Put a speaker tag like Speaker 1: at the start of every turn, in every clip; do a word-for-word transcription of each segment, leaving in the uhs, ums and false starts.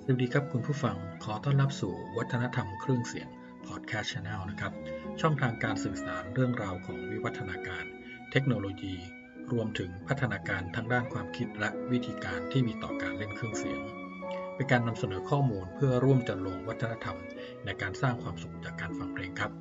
Speaker 1: สวัสดีครับคุณผู้ฟังขอต้อนรับสู่วัฒนธรรมเครื่องเสียงพอดแคสต์ Channel นะครับช่องทางการสื่อสารเรื่องราวของวิวัฒนาการเทคโนโลยีรวมถึงพัฒนาการทางด้านความคิดและวิธีการที่มีต่อการเล่นเครื่องเสียงเป็นการนำเสนอข้อมูลเพื่อร่วมจัดลงวัฒนธรรมในการสร้างความสุขจากการฟังเพลงครับ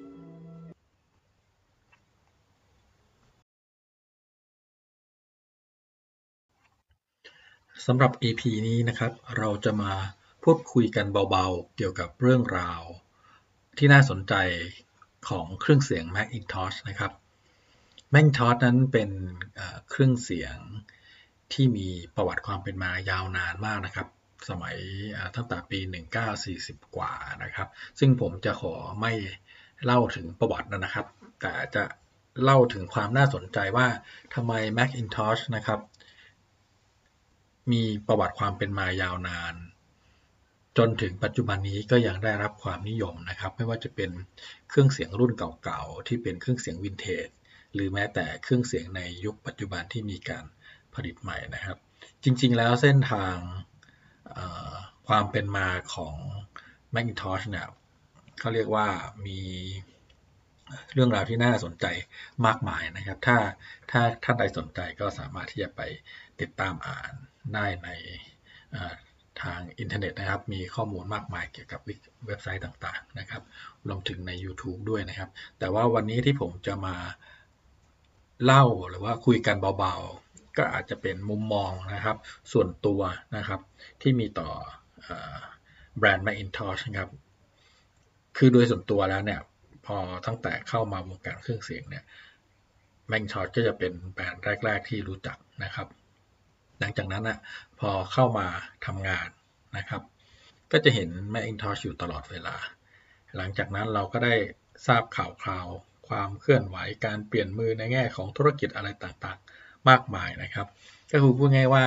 Speaker 1: สำหรับ อี พี นี้นะครับเราจะมาพูดคุยกันเบาๆเกี่ยวกับเรื่องราวที่น่าสนใจของเครื่องเสียง Macintosh นะครับ Macintosh นั้นเป็นเครื่องเสียงที่มีประวัติความเป็นมายาวนานมากนะครับสมัยตั้งแต่ปีหนึ่งพันเก้าร้อยสี่สิบกว่านะครับซึ่งผมจะขอไม่เล่าถึงประวัตินะครับแต่จะเล่าถึงความน่าสนใจว่าทำไม Macintosh นะครับมีประวัติความเป็นมายาวนานจนถึงปัจจุบันนี้ก็ยังได้รับความนิยมนะครับไม่ว่าจะเป็นเครื่องเสียงรุ่นเก่าๆที่เป็นเครื่องเสียงวินเทจหรือแม้แต่เครื่องเสียงในยุคปัจจุบันที่มีการผลิตใหม่นะครับจริงๆแล้วเส้นทางความเป็นมาของ Macintosh เนี่ยเขาเรียกว่ามีเรื่องราวที่น่าสนใจมากมายนะครับถ้าถ้าท่านใดสนใจก็สามารถที่จะไปติดตามอ่านได้ในทางอินเทอร์เน็ตนะครับมีข้อมูลมากมายเกี่ยวกับเว็บไซต์ต่างๆนะครับรวมถึงใน YouTube ด้วยนะครับแต่ว่าวันนี้ที่ผมจะมาเล่าหรือว่าคุยกันเบาๆก็อาจจะเป็นมุมมองนะครับส่วนตัวนะครับที่มีต่อแบรนด์ Macintosh นะครับคือโดยส่วนตัวแล้วเนี่ยพอตั้งแต่เข้ามาวงการเครื่องเสียงเนี่ย Macintosh ก็จะเป็นแบรนด์แรกๆที่รู้จักนะครับหลังจากนั้นนะพอเข้ามาทำงานนะครับก็จะเห็น Macintosh อยู่ตลอดเวลาหลังจากนั้นเราก็ได้ทราบข่าวคราวความเคลื่อนไหวการเปลี่ยนมือในแง่ของธุรกิจอะไรต่างๆมากมายนะครับก็คือพูดง่ายว่า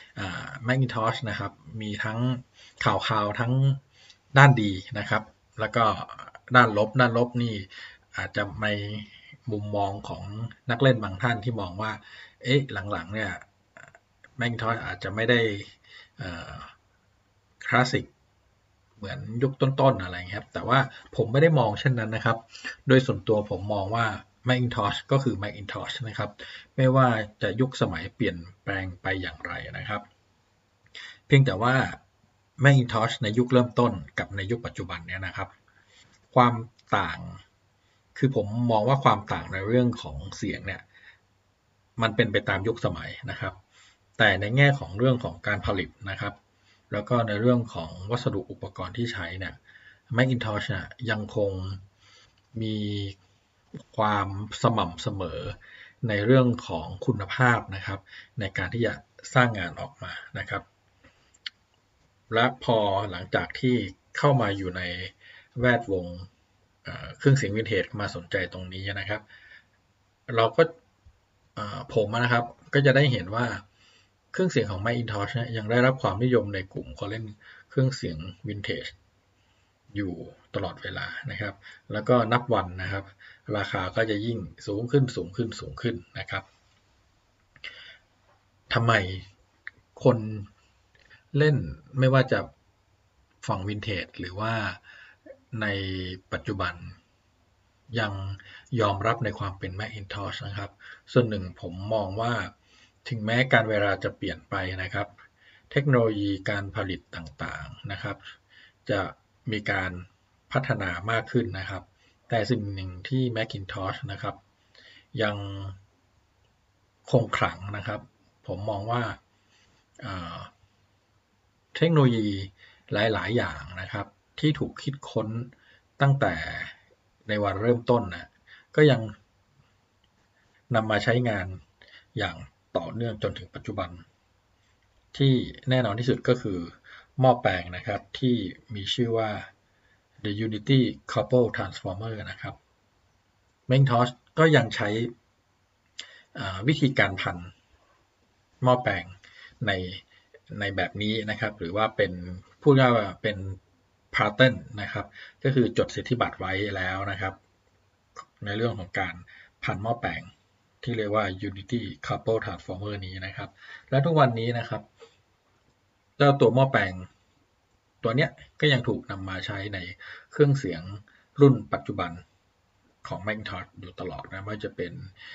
Speaker 1: Macintosh นะครับมีทั้งข่าวคราวทั้งด้านดีนะครับแล้วก็ด้านลบด้านลบนี่อาจจะในมุมมองของนักเล่นบางท่านที่มองว่าเอ๊ะหลังๆเนี่ย Macintosh อาจจะไม่ได้คลาสสิกเหมือนยุคต้นๆอะไรครับแต่ว่าผมไม่ได้มองเช่นนั้นนะครับโดยส่วนตัวผมมองว่า Macintosh ก็คือ Macintosh นะครับไม่ว่าจะยุคสมัยเปลี่ยนแปลงไปอย่างไรนะครับเพียงแต่ว่า Macintosh ในยุคเริ่มต้นกับในยุคปัจจุบันเนี่ยนะครับความต่างคือผมมองว่าความต่างในเรื่องของเสียงเนี่ยมันเป็นไปตามยุคสมัยนะครับแต่ในแง่ของเรื่องของการผลิตนะครับแล้วก็ในเรื่องของวัสดุอุปกรณ์ที่ใช้เนี่ย Macintosh เนี่ยยังคงมีความสม่ำเสมอในเรื่องของคุณภาพนะครับในการที่จะสร้างงานออกมานะครับและพอหลังจากที่เข้ามาอยู่ในแวดวงเครื่องเสียงวินเทจมาสนใจตรงนี้นะครับเราก็ผมนะครับก็จะได้เห็นว่าเครื่องเสียงของ Macintosh เนี่ยยังได้รับความนิยมในกลุ่มคนเล่นเครื่องเสียงวินเทจอยู่ตลอดเวลานะครับแล้วก็นับวันนะครับราคาก็จะยิ่งสูงขึ้นสูงขึ้นสูงขึ้นนะครับทำไมคนเล่นไม่ว่าจะฝั่งวินเทจหรือว่าในปัจจุบันยังยอมรับในความเป็น Macintosh นะครับส่วนหนึ่งผมมองว่าถึงแม้การเวลาจะเปลี่ยนไปนะครับเทคโนโลยีการผลิตต่างๆนะครับจะมีการพัฒนามากขึ้นนะครับแต่สิ่งหนึ่งที่ Macintosh นะครับยังคงขลังนะครับผมมองว่าเทคโนโลยีหลายๆอย่างนะครับที่ถูกคิดค้นตั้งแต่ในวันเริ่มต้นนะก็ยังนำมาใช้งานอย่างต่อเนื่องจนถึงปัจจุบันที่แน่นอนที่สุดก็คือหม้อแปลงนะครับที่มีชื่อว่า The Unity Couple Transformer นะครับ Macintosh ก็ยังใช้วิธีการพันหม้อแปลงในในแบบนี้นะครับหรือว่าเป็นพูดง่ายว่าเป็น pattern นะครับก็คือจดสิทธิบัตรไว้แล้วนะครับในเรื่องของการพันหม้อแปลงที่เรียกว่า Unity Couple Transformer นี้นะครับและทุกวันนี้นะครับเจ้าตัวหม้อแปลงตัวเนี้ยก็ยังถูกนำมาใช้ในเครื่องเสียงรุ่นปัจจุบันของ Macintosh อยู่ตลอดนะไม่ว่าจะเป็น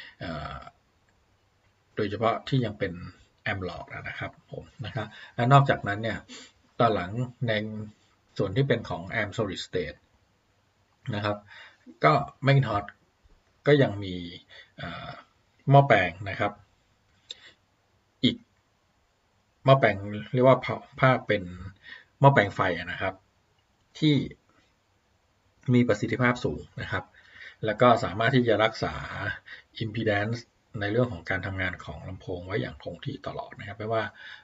Speaker 1: โดยเฉพาะที่ยังเป็นแอมล็อกนะครับผมนะครับและนอกจากนั้นเนี่ยตอนหลังในส่วนที่เป็นของ Am Solid State นะครับก็ Macintosh ก็ยังมีหม้อแปลงนะครับอีกหม้อแปลงเรียกว่าภาคเป็นหม้อแปลงไฟนะครับที่มีประสิทธิภาพสูงนะครับแล้วก็สามารถที่จะรักษา impedance ในเรื่องของการทำงานของลำโพงไว้อย่างคงที่ตลอดนะครับไม่ว่า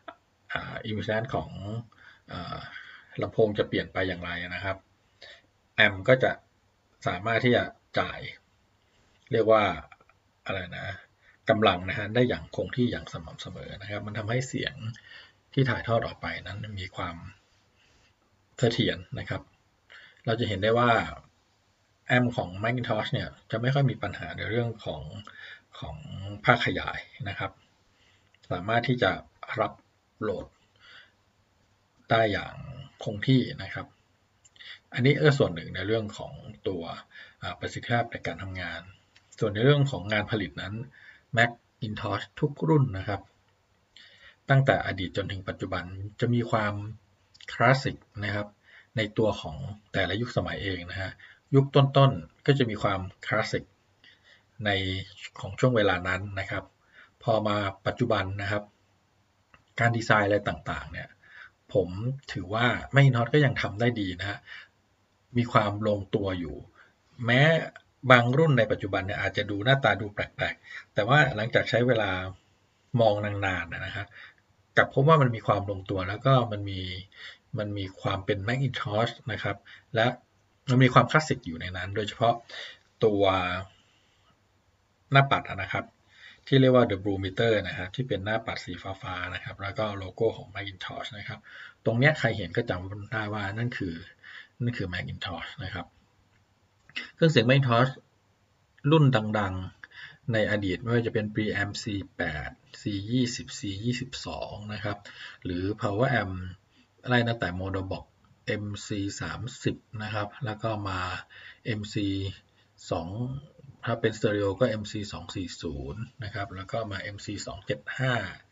Speaker 1: impedance ของลำโพงจะเปลี่ยนไปอย่างไรนะครับแอมก็จะสามารถที่จะจ่ายเรียกว่าอะไรนะกำลังนะฮะได้อย่างคงที่อย่างสม่ำเสมอนะครับมันทำให้เสียงที่ถ่ายทอดออกไปนั้นมีความเสถียรนะครับเราจะเห็นได้ว่าแอมของ Macintosh เนี่ยจะไม่ค่อยมีปัญหาในเรื่องของของภาคขยายนะครับสามารถที่จะรับโหลดได้อย่างคงที่นะครับอันนี้ก็ส่วนหนึ่งในเรื่องของตัวประสิทธิภาพในการทำงานส่วนในเรื่องของงานผลิตนั้น Macintosh ทุกรุ่นนะครับตั้งแต่อดีตจนถึงปัจจุบันจะมีความคลาสสิกนะครับในตัวของแต่ละยุคสมัยเองนะฮะยุคต้นๆก็จะมีความคลาสสิกในของช่วงเวลานั้นนะครับพอมาปัจจุบันนะครับการดีไซน์อะไรต่างๆเนี่ยผมถือว่า Macintosh ก็ยังทำได้ดีนะฮะมีความลงตัวอยู่แม้บางรุ่นในปัจจุบันเนี่ยอาจจะดูหน้าตาดูแปลกๆแต่ว่าหลังจากใช้เวลามองนานๆนะฮะกลับพบว่ามันมีความลงตัวแล้วก็มันมีมันมีความเป็น Macintosh นะครับและมันมีความคลาสสิกอยู่ในนั้นโดยเฉพาะตัวหน้าปัดนะครับที่เรียกว่า The Blue Meter นะครับที่เป็นหน้าปัดสีฟ้าๆนะครับแล้วก็โลโก้ของ Macintosh นะครับตรงเนี้ยใครเห็นก็จำได้ว่านั่นคือนั่นคือ Macintosh นะครับเครื่องเสียง Macintosh รุ่นดังๆในอดีตไม่ว่าจะเป็น Preamp ซี แปด ซี ยี่สิบ ซี ยี่สิบสอง นะครับหรือ Power Amp ไล่ตั้งแต่ Monobox เอ็ม ซี สามสิบ นะครับแล้วก็มา เอ็ม ซี สอง ถ้าเป็นสเตอริโอก็ เอ็ม ซี สองสี่ศูนย์ นะครับแล้วก็มา เอ็ม ซี สองเจ็ดห้า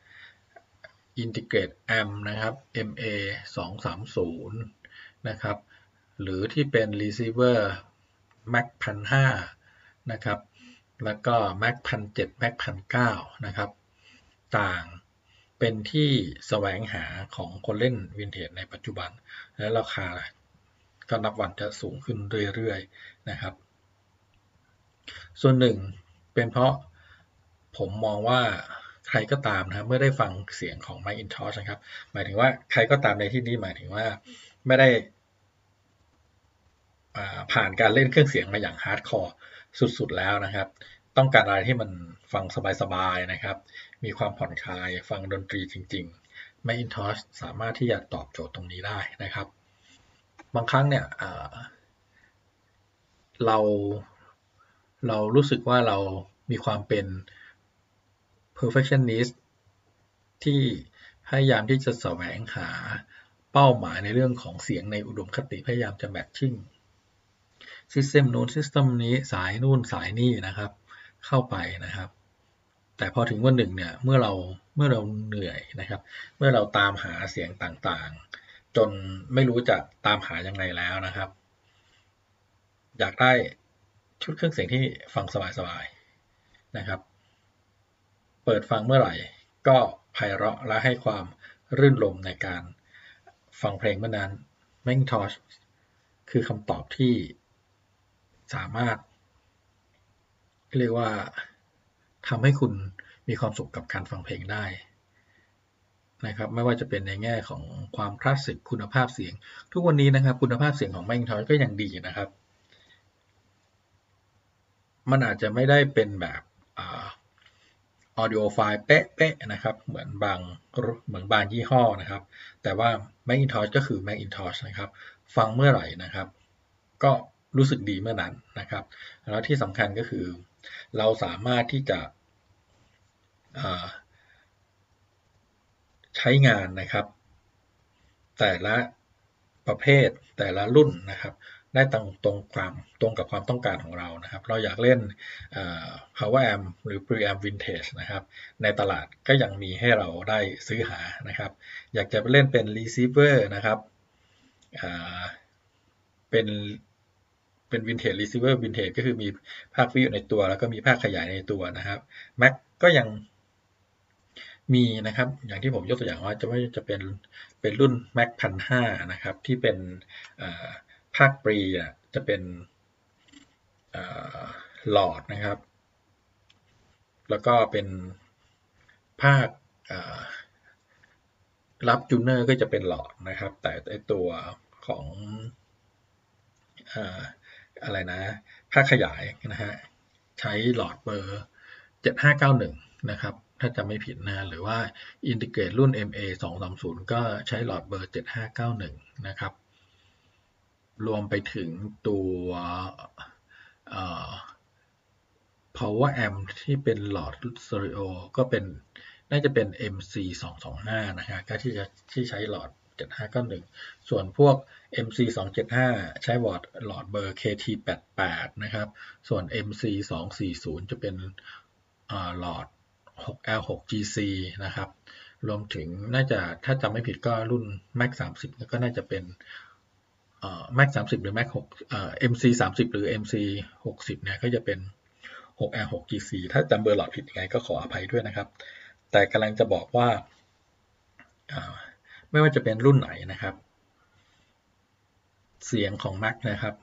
Speaker 1: Integrate Amp นะครับ เอ็ม เอ สองสามศูนย์ นะครับหรือที่เป็น Receiver Mac หนึ่งพันห้าร้อย นะครับแล้วก็ Mac หนึ่งพันเจ็ดร้อย Mac หนึ่งพันเก้าร้อย นะครับต่างเป็นที่แสวงหาของคนเล่นวินเทจในปัจจุบันและราคาก็นับวันจะสูงขึ้นเรื่อยๆนะครับส่วนหนึ่งเป็นเพราะผมมองว่าใครก็ตามนะเมื่อได้ฟังเสียงของ Macintosh นะครับหมายถึงว่าใครก็ตามในที่นี้หมายถึงว่าไม่ได้ผ่านการเล่นเครื่องเสียงมาอย่างฮาร์ดคอร์สุดๆแล้วนะครับต้องการอะไรที่มันฟังสบายๆนะครับมีความผ่อนคลายฟังดนตรีจริงๆ Macintosh สามารถที่จะตอบโจทย์ตรงนี้ได้นะครับบางครั้งเนี่ยเราเรารู้สึกว่าเรามีความเป็น perfectionist ที่พยายามที่จะแสวงหาเป้าหมายในเรื่องของเสียงในอุดมคติพยายามจะแมทชิ่งซิสเต็มนู้นซิสเต็มนี้สายนู่นสายนี่นะครับเข้าไปนะครับแต่พอถึงวันหนึ่งเนี่ยเมื่อเราเมื่อเราเหนื่อยนะครับเมื่อเราตามหาเสียงต่างๆจนไม่รู้จะตามหายังไงแล้วนะครับอยากได้ชุดเครื่องเสียงที่ฟังสบายๆนะครับเปิดฟังเมื่อไหร่ก็ไพเราะและให้ความรื่นรมย์ในการฟังเพลงเมื่อนั้น Macintosh คือคำตอบที่สามารถเรียกว่าทำให้คุณมีความสุขกับการฟังเพลงได้นะครับไม่ว่าจะเป็นในแง่ของความคลาสสิกคุณภาพเสียงทุกวันนี้นะครับคุณภาพเสียงของ Macintosh ก็ยังดีนะครับมันอาจจะไม่ได้เป็นแบบaudio file เป๊ะๆนะครับเหมือนบางเหมือนบางยี่ห้อนะครับแต่ว่า Macintosh ก็คือ Macintosh นะครับฟังเมื่อไหร่นะครับก็รู้สึกดีเมื่อนั้นนะครับแล้วที่สำคัญก็คือเราสามารถที่จะใช้งานนะครับแต่ละประเภทแต่ละรุ่นนะครับได้ตรงตรงความตรงกับความต้องการของเรานะครับเราอยากเล่น power amp หรือ preamp vintage นะครับในตลาดก็ยังมีให้เราได้ซื้อหานะครับอยากจะเล่นเป็น receiver นะครับเป็นเป็น vintage receiver vintage ก็คือมีภาควิทยุในตัวแล้วก็มีภาคขยายในตัวนะครับ Mac ก็ยังมีนะครับอย่างที่ผมยกตัวอย่างว่าจะไม่จะเป็นเป็นรุ่น Mac หนึ่งพันห้าร้อยนะครับที่เป็นภาคปรีอ่ะจะเป็นหลอดนะครับแล้วก็เป็นภาครับจูเนอร์ก็จะเป็นหลอดนะครับแต่ไอตัวของอะไรนะภาคขยายนะฮะใช้หลอดเบอร์เจ็ดห้าเก้าหนึ่งนะครับถ้าจำไม่ผิดนะหรือว่าอินทิเกรตรุ่น เอ็ม เอ สองสามศูนย์ก็ใช้หลอดเบอร์เจ็ดห้าเก้าหนึ่งนะครับรวมไปถึงตัว power amp ที่เป็นหลอดสเตอริโอก็เป็นน่าจะเป็น เอ็ม ซี สองสองห้านะฮะก็ที่จะที่ใช้หลอดเจ็ดห้าเก้าหนึ่งส่วนพวก เอ็ม ซี สองเจ็ดห้าใช้หลอดหลอดเบอร์ เค ที แปดแปดนะครับส่วน เอ็ม ซี สองสี่ศูนย์จะเป็นหลอด หก แอล หก จี ซี นะครับรวมถึงน่าจะถ้าจำไม่ผิดก็รุ่น Mac สามสิบก็น่าจะเป็นMac สามสิบหรือ Mac หก เอ็ม ซี สามสิบหรือ เอ็ม ซี หกสิบเนี่ยก็จะเป็น หก แอล หก จี ซี ถ้าจำเบอร์หลอดผิดยังไงก็ขออภัยด้วยนะครับแต่กำลังจะบอกว่าไม่ว่าจะเป็นรุ่นไหนนะครับเสียงของ Mac นะครับ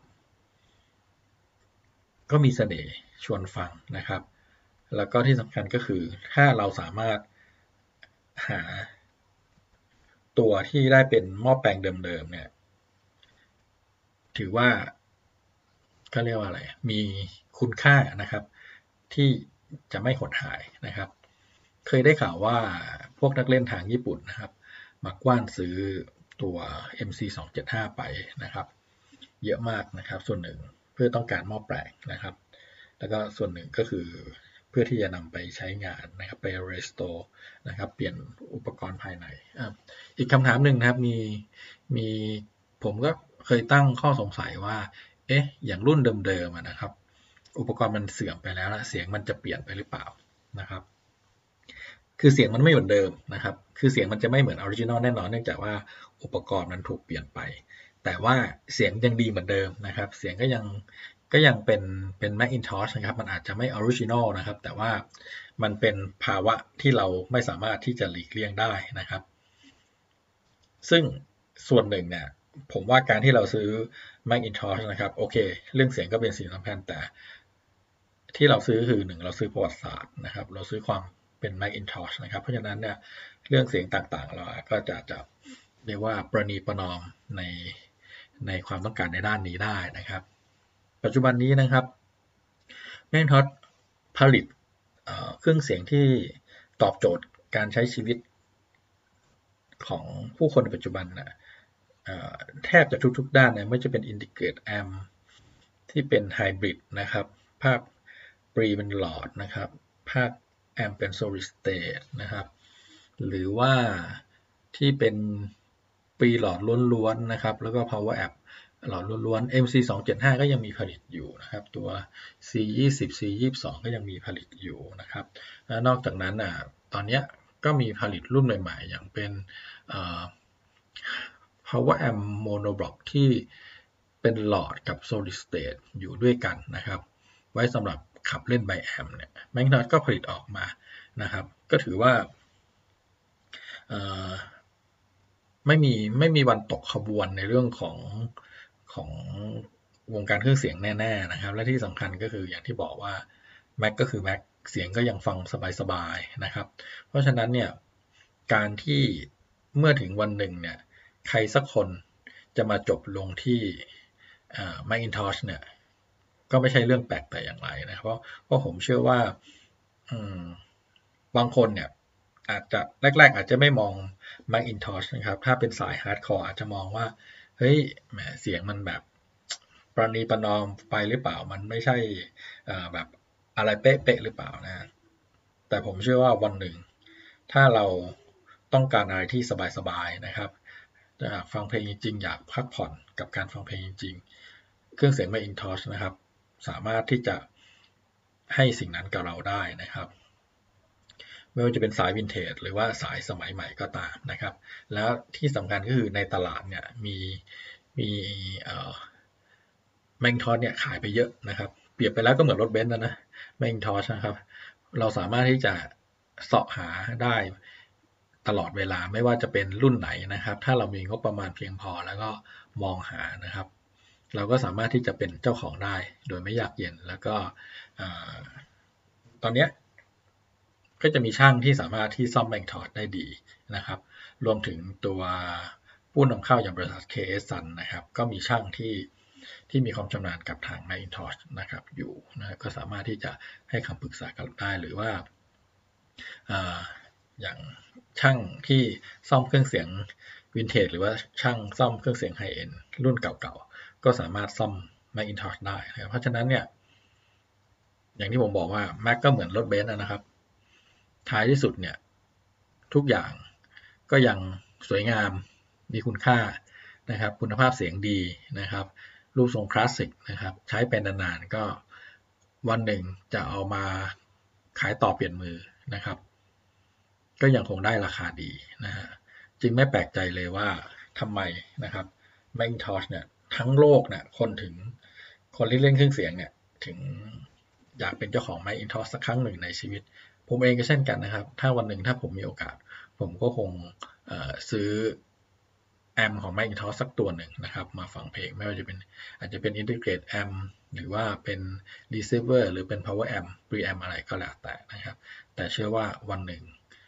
Speaker 1: ก็มีเสน่ห์ชวนฟังนะครับแล้วก็ที่สำคัญก็คือถ้าเราสามารถหาตัวที่ได้เป็นหม้อแปลงเดิมๆเนี่ยถือว่าก็เรียกว่าอะไรมีคุณค่านะครับที่จะไม่หดหายนะครับเคยได้ข่าวว่าพวกนักเล่นทางญี่ปุ่นนะครับมากว้านซื้อตัว เอ็ม ซี สองเจ็ดห้าไปนะครับเยอะมากนะครับส่วนหนึ่งเพื่อต้องการหม้อแปลงนะครับแล้วก็ส่วนหนึ่งก็คือเพื่อที่จะนำไปใช้งานนะครับไป restore นะครับเปลี่ยนอุปกรณ์ภายในอีกคำถามหนึ่งนะครับมีมีผมก็เคยตั้งข้อสงสัยว่าเอ๊ะอย่างรุ่นเดิมๆนะครับอุปกรณ์มันเสื่อมไปแล้วเสียงมันจะเปลี่ยนไปหรือเปล่านะครับคือเสียงมันไม่เหมือนเดิมนะครับคือเสียงมันจะไม่เหมือนออริจินอลแน่นอนเนื่องจากว่าอุปกรณ์มันถูกเปลี่ยนไปแต่ว่าเสียงยังดีเหมือนเดิมนะครับเสียงก็ยังก็ยังเป็นเป็น Macintosh นะครับมันอาจจะไม่ออริจินอลนะครับแต่ว่ามันเป็นภาวะที่เราไม่สามารถที่จะหลีกเลี่ยงได้นะครับซึ่งส่วนหนึ่งเนี่ยผมว่าการที่เราซื้อ Macintosh นะครับโอเคเรื่องเสียงก็เป็นสิ่งสำคัญแต่ที่เราซื้อคือหนึ่งเราซื้อประวัติศาสตร์นะครับเราซื้อความเป็น Macintosh นะครับเพราะฉะนั้นเนี่ยเรื่องเสียงต่างๆเราก็จะจะเรียกว่าประนีประนอมในในความต้องการในด้านนี้ได้นะครับปัจจุบันนี้นะครับ Macintosh ผลิตเครื่องเสียงที่ตอบโจทย์การใช้ชีวิตของผู้คนในปัจจุบันนะแทบจะทุกๆด้านนะไม่ว่าจะเป็น Integrate Amp ที่เป็นไฮบริดนะครับภาคปรีเป็นหลอดนะครับภาคแอมเป็น solid state นะครับหรือว่าที่เป็นปรีหลอดล้วนๆนะครับแล้วก็ power amp หลอดล้วนๆ เอ็ม ซี สองเจ็ดห้าก็ยังมีผลิตอยู่นะครับตัว ซี ยี่สิบ ซี ยี่สิบสอง ก็ยังมีผลิตอยู่นะครับและนอกจากนั้นอ่ะตอนนี้ก็มีผลิตรุ่นใหม่ๆอย่างเป็น power amp monoblock ที่เป็นหลอดกับ solid state อยู่ด้วยกันนะครับไว้สำหรับขับเล่นไบแอมเนี่ย Macintosh ก็ผลิตออกมานะครับก็ถือว่าไม่มีไม่มีวันตกขบวนในเรื่องของของวงการเครื่องเสียงแน่ๆนะครับและที่สำคัญก็คืออย่างที่บอกว่า Mac ก็คือ Mac เสียงก็ยังฟังสบายๆนะครับเพราะฉะนั้นเนี่ยการที่เมื่อถึงวันหนึ่งเนี่ยใครสักคนจะมาจบลงที่Macintosh เนี่ยก็ไม่ใช่เรื่องแปลกแต่อย่างไรนะเพราะเพราะผมเชื่อว่าบางคนเนี่ยอาจจะแรกๆอาจจะไม่มอง Macintosh นะครับถ้าเป็นสายฮาร์ดคอร์อาจจะมองว่าเฮ้ยแหมเสียงมันแบบประนีประนอมไปหรือเปล่ามันไม่ใช่แบบอะไรเป๊ะๆหรือเปล่านะแต่ผมเชื่อว่าวันหนึ่งถ้าเราต้องการอะไรที่สบายๆนะครับอยากฟังเพลงจริงๆอยากพักผ่อนกับการฟังเพลงจริงๆเครื่องเสียง Macintosh นะครับสามารถที่จะให้สิ่งนั้นกับเราได้นะครับไม่ว่าจะเป็นสายวินเทจหรือว่าสายสมัยใหม่ก็ตามนะครับแล้วที่สำคัญก็คือในตลาดเนี่ยมีมีเอ่อ Macintosh เนี่ยขายไปเยอะนะครับเปรียบไปแล้วก็เหมือนรถเบนซ์นะนะ Macintosh นะครับเราสามารถที่จะเสาะหาได้ตลอดเวลาไม่ว่าจะเป็นรุ่นไหนนะครับถ้าเรามีงบประมาณเพียงพอแล้วก็มองหานะครับเราก็สามารถที่จะเป็นเจ้าของได้โดยไม่ยากเย็นแล้วก็ตอนนี้ก็จะมีช่างที่สามารถที่ซ่อม Macintosh ได้ดีนะครับรวมถึงตัวผู้นำเข้าอย่างบริษัท เค เอส Sun นะครับก็มีช่างที่ที่มีความชำนาญกับทาง Macintosh นะครับอยู่นะก็สามารถที่จะให้คำปรึกษากับได้หรือว่าอย่างช่างที่ซ่อมเครื่องเสียงวินเทจหรือว่าช่างซ่อมเครื่องเสียงไฮเอ็นด์รุ่นเก่าๆก็สามารถซ่อม Macintosh ได้นะครับเพราะฉะนั้นเนี่ยอย่างที่ผมบอกว่า Mac ก็เหมือนรถเบนซ์นะครับท้ายที่สุดเนี่ยทุกอย่างก็ยังสวยงามมีคุณค่านะครับคุณภาพเสียงดีนะครับรูปทรงคลาสสิกนะครับใช้เป็นนานๆก็วันหนึ่งจะเอามาขายต่อเปลี่ยนมือนะครับก็ยังคงได้ราคาดีนะฮะจึงไม่แปลกใจเลยว่าทำไมนะครับ Macintosh เนี่ยทั้งโลกเนี่ยคนถึงคนที่เล่นเครื่องเสียงเนี่ยถึงอยากเป็นเจ้าของ Macintosh สักครั้งหนึ่งในชีวิตผมเองก็เช่นกันนะครับถ้าวันหนึ่งถ้าผมมีโอกาสผมก็คงซื้อแอมของ Macintosh สักตัวหนึ่งนะครับมาฟังเพลงไม่ว่าจะเป็นอาจจะเป็น Integrate Amp หรือว่าเป็น Receiver หรือเป็น Power Amp Preamp อะไรก็แล้วแต่นะครับแต่เชื่อว่าวันหนึ่ง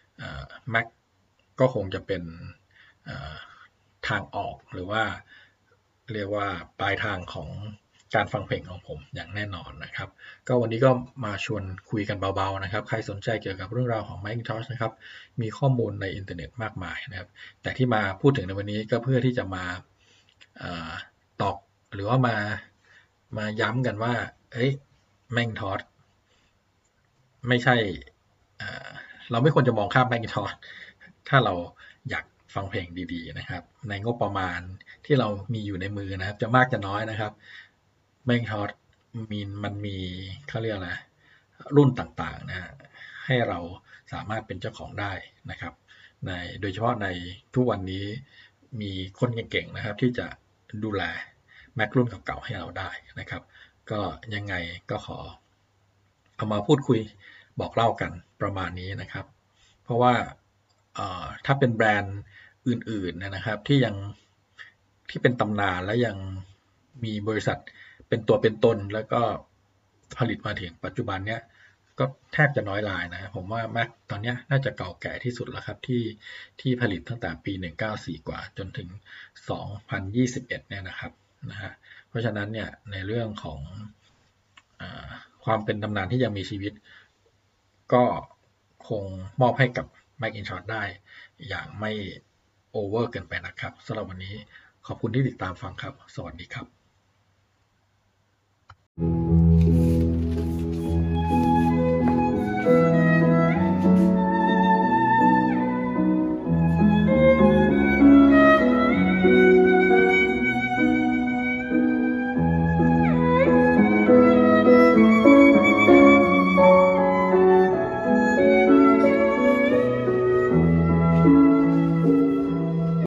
Speaker 1: Mac ก็คงจะเป็นทางออกหรือว่าเรียกว่าปลายทางของการฟังเพลงของผมอย่างแน่นอนนะครับก็วันนี้ก็มาชวนคุยกันเบาๆนะครับใครสนใจเกี่ยวกับเรื่องราวของ Macintosh นะครับมีข้อมูลในอินเทอร์เน็ตมากมายนะครับแต่ที่มาพูดถึงในวันนี้ก็เพื่อที่จะมาตอกหรือว่ามามาย้ำกันว่าเอ้ย Macintosh ไม่ใช่เราไม่ควรจะมองข้าม Macintosh ถ้าเราอยากฟังเพลงดีๆนะครับในงบประมาณที่เรามีอยู่ในมือนะครับจะมากจะน้อยนะครับ Macintosh มีมันมีเขาเรียกอะไรรุ่นต่างๆนะให้เราสามารถเป็นเจ้าของได้นะครับในโดยเฉพาะในทุกวันนี้มีคนเก่งๆนะครับที่จะดูแล Mac รุ่นเก่าๆให้เราได้นะครับก็ยังไงก็ขอเอามาพูดคุยบอกเล่ากันประมาณนี้นะครับเพราะว่าถ้าเป็นแบรนด์อื่นๆนะครับที่ยังที่เป็นตำนานและยังมีบริษัทเป็นตัวเป็นตนแล้วก็ผลิตมาถึงปัจจุบันเนี้ยก็แทบจะน้อยรายนะผมว่า Mac ตอนนี้น่าจะเก่าแก่ที่สุดแล้วครับที่ที่ผลิตตั้งแต่ปีหนึ่งเก้าสี่กว่าจนถึงสองพันยี่สิบเอ็ดเนี่ยนะครับนะฮะเพราะฉะนั้นเนี่ยในเรื่องของอ่าความเป็นตำนานที่ยังมีชีวิตก็คงมอบให้กับ Macintosh ได้อย่างไม่โอเวอร์เกินไปนะครับสำหรับวันนี้ขอบคุณที่ติดตามฟังครับสวัสดีครับ